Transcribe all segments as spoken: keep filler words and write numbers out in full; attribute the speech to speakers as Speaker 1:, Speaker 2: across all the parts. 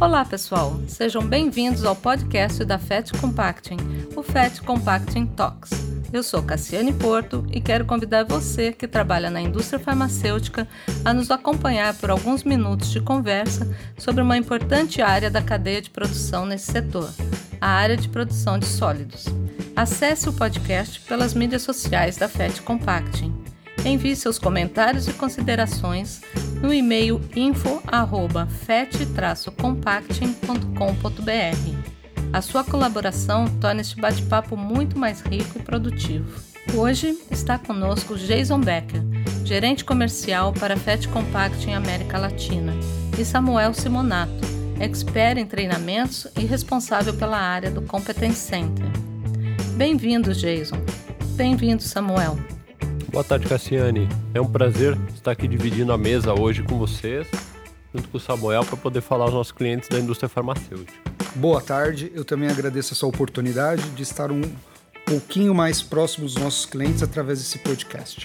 Speaker 1: Olá pessoal, sejam bem-vindos ao podcast da F E T Compacting, o F E T Compacting Talks. Eu sou Cassiane Porto e quero convidar você que trabalha na indústria farmacêutica a nos acompanhar por alguns minutos de conversa sobre uma importante área da cadeia de produção nesse setor, a área de produção de sólidos. Acesse o podcast pelas mídias sociais da F E T Compacting. Envie seus comentários e considerações no e-mail info arroba fet traço compacting ponto com ponto b r. A sua colaboração torna este bate-papo muito mais rico e produtivo. Hoje está conosco Jason Becker, gerente comercial para a F E T Compacting América Latina, e Samuel Simonato, expert em treinamentos e responsável pela área do Competence Center. Bem-vindo, Jason. Bem-vindo, Samuel.
Speaker 2: Boa tarde, Cassiane. É um prazer estar aqui dividindo a mesa hoje com vocês, junto com o Samuel, para poder falar aos nossos clientes da indústria farmacêutica.
Speaker 3: Boa tarde. Eu também agradeço essa oportunidade de estar um pouquinho mais próximo dos nossos clientes através desse podcast.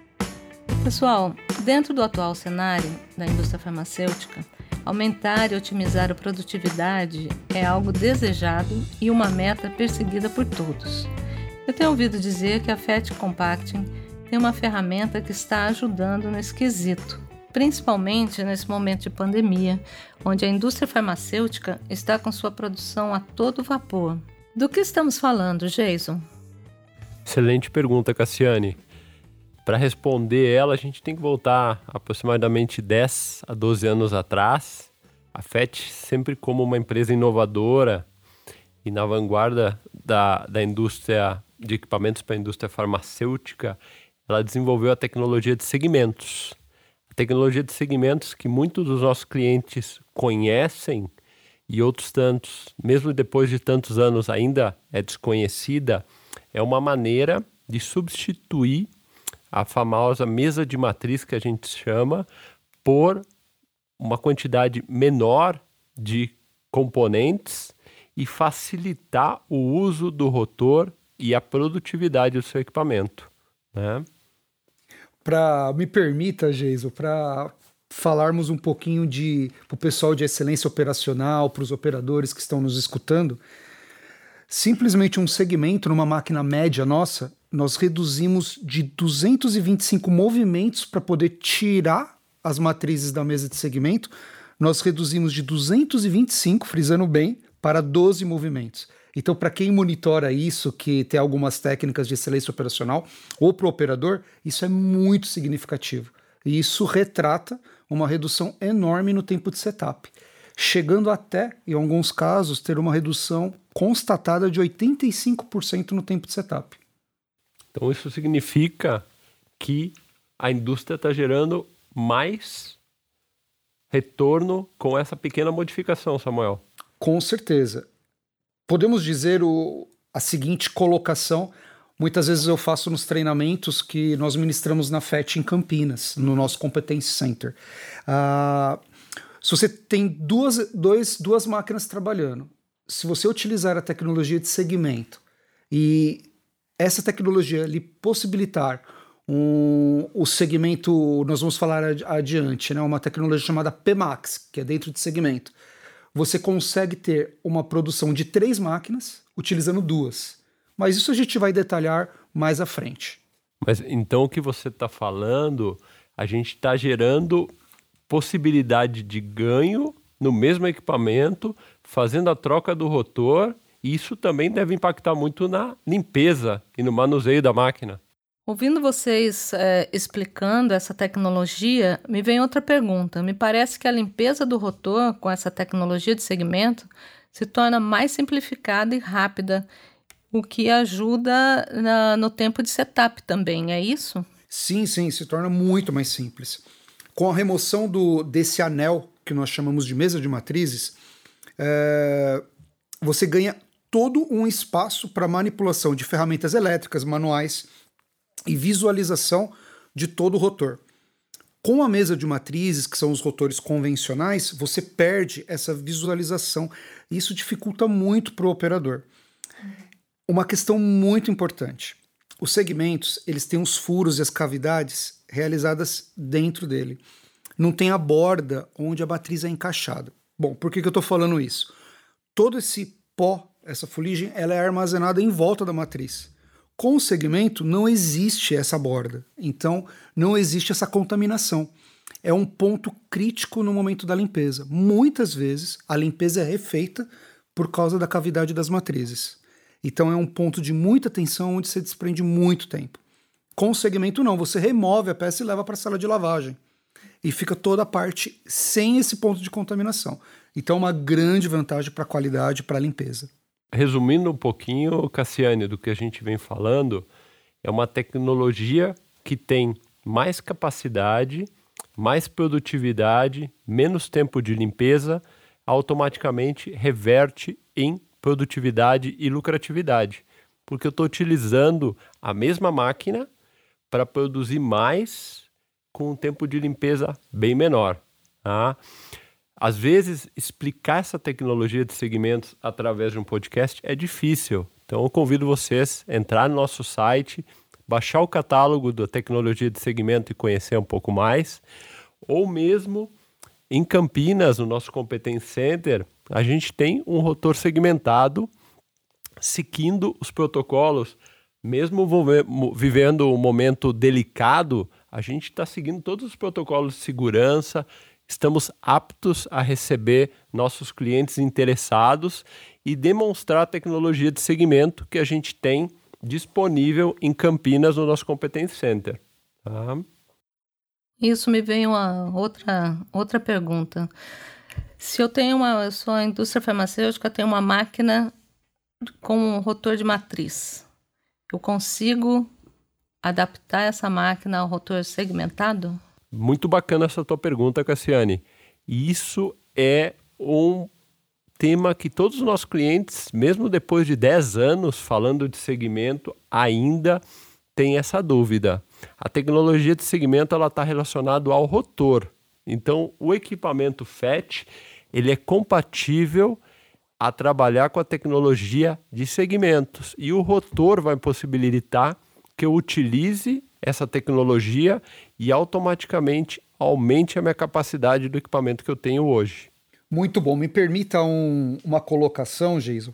Speaker 1: Pessoal, dentro do atual cenário da indústria farmacêutica, aumentar e otimizar a produtividade é algo desejado e uma meta perseguida por todos. Eu tenho ouvido dizer que a F E T Compacting tem uma ferramenta que está ajudando nesse quesito, principalmente nesse momento de pandemia, onde a indústria farmacêutica está com sua produção a todo vapor. Do que estamos falando, Jason?
Speaker 2: Excelente pergunta, Cassiane. Para responder ela, a gente tem que voltar aproximadamente dez a doze anos atrás. A F E T, sempre como uma empresa inovadora e na vanguarda da, da indústria de equipamentos para a indústria farmacêutica, ela desenvolveu a tecnologia de segmentos. A tecnologia de segmentos que muitos dos nossos clientes conhecem e outros tantos, mesmo depois de tantos anos, ainda é desconhecida, é uma maneira de substituir a famosa mesa de matriz que a gente chama por uma quantidade menor de componentes e facilitar o uso do rotor e a produtividade do seu equipamento, né?
Speaker 3: Pra, me permita, Geiso, para falarmos um pouquinho de para o pessoal de excelência operacional, para os operadores que estão nos escutando, simplesmente um segmento numa máquina média nossa, nós reduzimos de duzentos e vinte e cinco movimentos para poder tirar as matrizes da mesa de segmento, nós reduzimos de duzentos e vinte e cinco, frisando bem, para doze movimentos. Então, para quem monitora isso, que tem algumas técnicas de excelência operacional, ou para o operador, isso é muito significativo. E isso retrata uma redução enorme no tempo de setup, chegando até, em alguns casos, ter uma redução constatada de oitenta e cinco por cento no tempo de setup.
Speaker 2: Então, isso significa que a indústria está gerando mais retorno com essa pequena modificação, Samuel.
Speaker 3: Com certeza. Podemos dizer o, a seguinte colocação, muitas vezes eu faço nos treinamentos que nós ministramos na F E T em Campinas, no nosso Competence Center. Uh, se você tem duas, dois, duas máquinas trabalhando, se você utilizar a tecnologia de segmento e essa tecnologia lhe possibilitar um, o segmento, nós vamos falar ad, adiante, né, uma tecnologia chamada P MAX, que é dentro de segmento, você consegue ter uma produção de três máquinas utilizando duas. Mas isso a gente vai detalhar mais à frente.
Speaker 2: Mas então o que você está falando, a gente está gerando possibilidade de ganho no mesmo equipamento, fazendo a troca do rotor, e isso também deve impactar muito na limpeza e no manuseio da máquina.
Speaker 1: Ouvindo vocês é, explicando essa tecnologia, me vem outra pergunta. Me parece que a limpeza do rotor com essa tecnologia de segmento se torna mais simplificada e rápida, o que ajuda na, no tempo de setup também, é isso?
Speaker 3: Sim, sim, se torna muito mais simples. Com a remoção do, desse anel, que nós chamamos de mesa de matrizes, é, você ganha todo um espaço para manipulação de ferramentas elétricas, manuais, e visualização de todo o rotor. Com a mesa de matrizes, que são os rotores convencionais, você perde essa visualização e isso dificulta muito para o operador. Uma questão muito importante. Os segmentos, eles têm os furos e as cavidades realizadas dentro dele. Não tem a borda onde a matriz é encaixada. Bom, por que, que eu estou falando isso? Todo esse pó, essa fuligem, ela é armazenada em volta da matriz. Com o segmento não existe essa borda, então não existe essa contaminação. É um ponto crítico no momento da limpeza. Muitas vezes a limpeza é refeita por causa da cavidade das matrizes. Então é um ponto de muita tensão onde você desprende muito tempo. Com o segmento não, você remove a peça e leva para a sala de lavagem. E fica toda a parte sem esse ponto de contaminação. Então é uma grande vantagem para a qualidade, para a limpeza.
Speaker 2: Resumindo um pouquinho, Cassiane, do que a gente vem falando, é uma tecnologia que tem mais capacidade, mais produtividade, menos tempo de limpeza, automaticamente reverte em produtividade e lucratividade. Porque eu estou utilizando a mesma máquina para produzir mais com um tempo de limpeza bem menor. Tá? Às vezes, explicar essa tecnologia de segmentos através de um podcast é difícil. Então, eu convido vocês a entrar no nosso site, baixar o catálogo da tecnologia de segmento e conhecer um pouco mais. Ou mesmo em Campinas, no nosso Competence Center, a gente tem um rotor segmentado, seguindo os protocolos. Mesmo vivendo um momento delicado, a gente está seguindo todos os protocolos de segurança, estamos aptos a receber nossos clientes interessados e demonstrar a tecnologia de segmento que a gente tem disponível em Campinas no nosso Competence Center. Tá?
Speaker 1: Isso me vem uma outra, outra pergunta. Se eu tenho uma, eu sou a indústria farmacêutica, tenho uma máquina com um rotor de matriz, eu consigo adaptar essa máquina ao rotor segmentado?
Speaker 2: Muito bacana essa tua pergunta, Cassiane. Isso é um tema que todos os nossos clientes, mesmo depois de dez anos falando de segmento, ainda têm essa dúvida. A tecnologia de segmento está relacionada ao rotor. Então, o equipamento F E T, ele é compatível a trabalhar com a tecnologia de segmentos. E o rotor vai possibilitar que eu utilize essa tecnologia e automaticamente aumente a minha capacidade do equipamento que eu tenho hoje.
Speaker 3: Muito bom. Me permita um, uma colocação, Jason.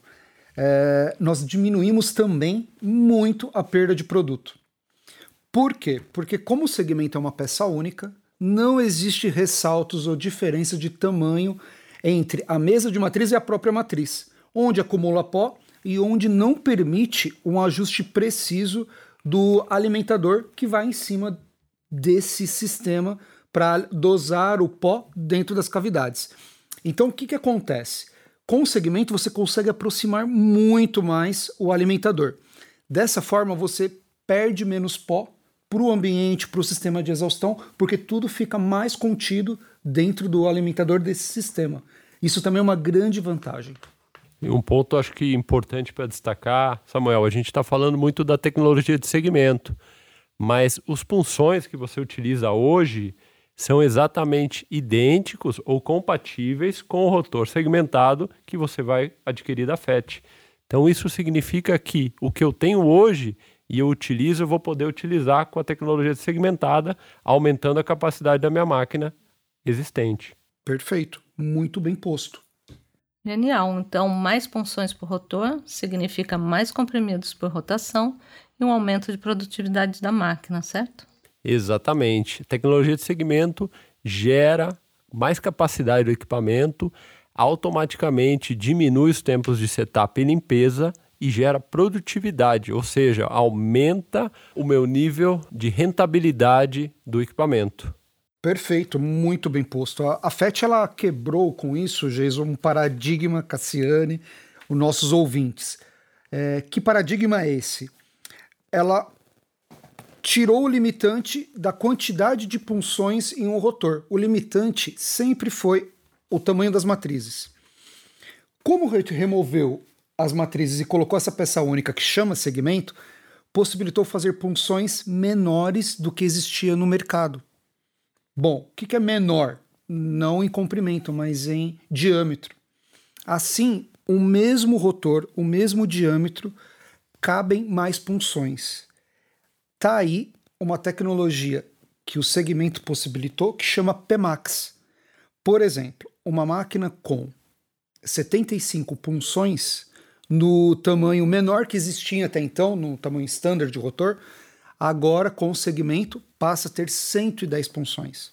Speaker 3: É, nós diminuímos também muito a perda de produto. Por quê? Porque como o segmento é uma peça única, não existe ressaltos ou diferença de tamanho entre a mesa de matriz e a própria matriz, onde acumula pó e onde não permite um ajuste preciso do alimentador que vai em cima desse sistema para dosar o pó dentro das cavidades. Então, o que, que acontece? Com o segmento, você consegue aproximar muito mais o alimentador. Dessa forma, você perde menos pó para o ambiente, para o sistema de exaustão, porque tudo fica mais contido dentro do alimentador desse sistema. Isso também é uma grande vantagem.
Speaker 2: E um ponto acho que importante para destacar, Samuel, a gente está falando muito da tecnologia de segmento, mas os punções que você utiliza hoje são exatamente idênticos ou compatíveis com o rotor segmentado que você vai adquirir da F E T. Então isso significa que o que eu tenho hoje e eu utilizo, eu vou poder utilizar com a tecnologia segmentada, aumentando a capacidade da minha máquina existente.
Speaker 3: Perfeito, muito bem posto.
Speaker 1: Genial. Então, mais punções por rotor significa mais comprimidos por rotação e um aumento de produtividade da máquina, certo?
Speaker 2: Exatamente. A tecnologia de segmento gera mais capacidade do equipamento, automaticamente diminui os tempos de setup e limpeza e gera produtividade, ou seja, aumenta o meu nível de rentabilidade do equipamento.
Speaker 3: Perfeito, muito bem posto. A, a F E T ela quebrou com isso, Jason, um paradigma, Cassiane, os nossos ouvintes. É, que paradigma é esse? Ela tirou o limitante da quantidade de punções em um rotor. O limitante sempre foi o tamanho das matrizes. Como removeu as matrizes e colocou essa peça única que chama segmento, possibilitou fazer punções menores do que existia no mercado. Bom, o que é menor? Não em comprimento, mas em diâmetro. Assim, o mesmo rotor, o mesmo diâmetro, cabem mais punções. Está aí uma tecnologia que o segmento possibilitou que chama P M A X. Por exemplo, uma máquina com setenta e cinco punções no tamanho menor que existia até então, no tamanho standard de rotor, agora com o segmento passa a ter cento e dez punções.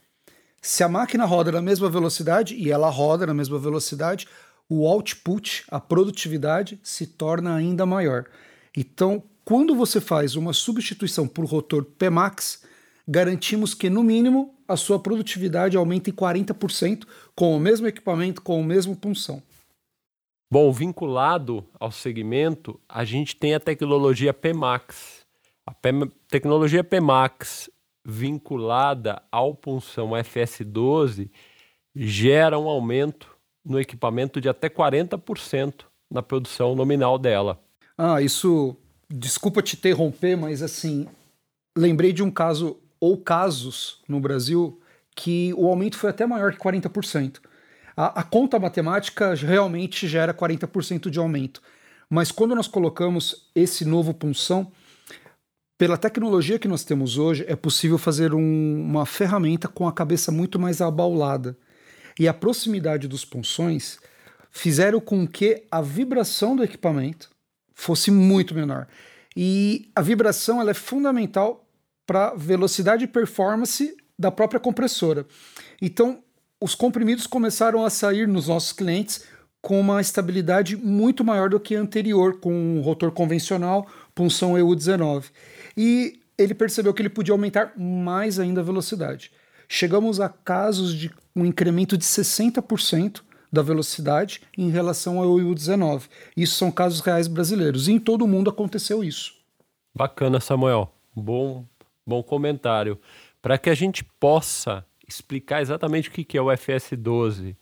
Speaker 3: Se a máquina roda na mesma velocidade, e ela roda na mesma velocidade, o output, a produtividade, se torna ainda maior. Então, quando você faz uma substituição por rotor P max, garantimos que, no mínimo, a sua produtividade aumenta em quarenta por cento com o mesmo equipamento, com o mesmo punção.
Speaker 2: Bom, vinculado ao segmento, a gente tem a tecnologia P max. A P- tecnologia P max vinculada ao punção F S doze gera um aumento no equipamento de até quarenta por cento na produção nominal dela.
Speaker 3: Ah, isso, desculpa te interromper, mas assim, lembrei de um caso, ou casos no Brasil, que o aumento foi até maior que quarenta por cento. A, a conta matemática realmente gera quarenta por cento de aumento. Mas quando nós colocamos esse novo punção, pela tecnologia que nós temos hoje, é possível fazer um, uma ferramenta com a cabeça muito mais abaulada. E a proximidade dos punções fizeram com que a vibração do equipamento fosse muito menor. E a vibração ela é fundamental para a velocidade e performance da própria compressora. Então, os comprimidos começaram a sair nos nossos clientes com uma estabilidade muito maior do que a anterior, com o rotor convencional, punção E U dezenove. E ele percebeu que ele podia aumentar mais ainda a velocidade. Chegamos a casos de um incremento de sessenta por cento da velocidade em relação ao E U dezenove. Isso são casos reais brasileiros. E em todo o mundo aconteceu isso.
Speaker 2: Bacana, Samuel. Bom, bom comentário. Para que a gente possa explicar exatamente o que é o F S doze,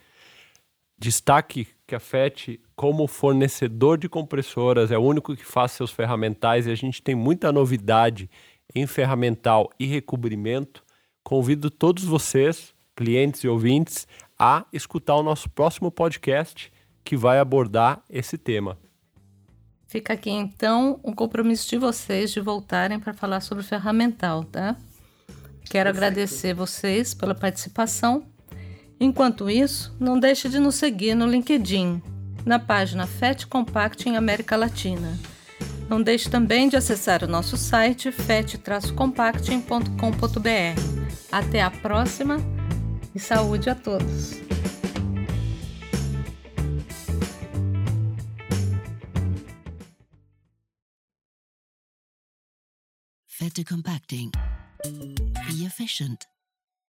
Speaker 2: destaque que a F E T, como fornecedor de compressoras, é o único que faz seus ferramentais e a gente tem muita novidade em ferramental e recobrimento. Convido todos vocês, clientes e ouvintes, a escutar o nosso próximo podcast que vai abordar esse tema.
Speaker 1: Fica aqui então um compromisso de vocês de voltarem para falar sobre ferramental, tá? Quero Perfeito. agradecer vocês pela participação. Enquanto isso, não deixe de nos seguir no LinkedIn, na página F E T Compact em América Latina. Não deixe também de acessar o nosso site f e t compacting ponto com ponto b r. Até a próxima e saúde a todos!
Speaker 4: F E T Compacting. Be efficient.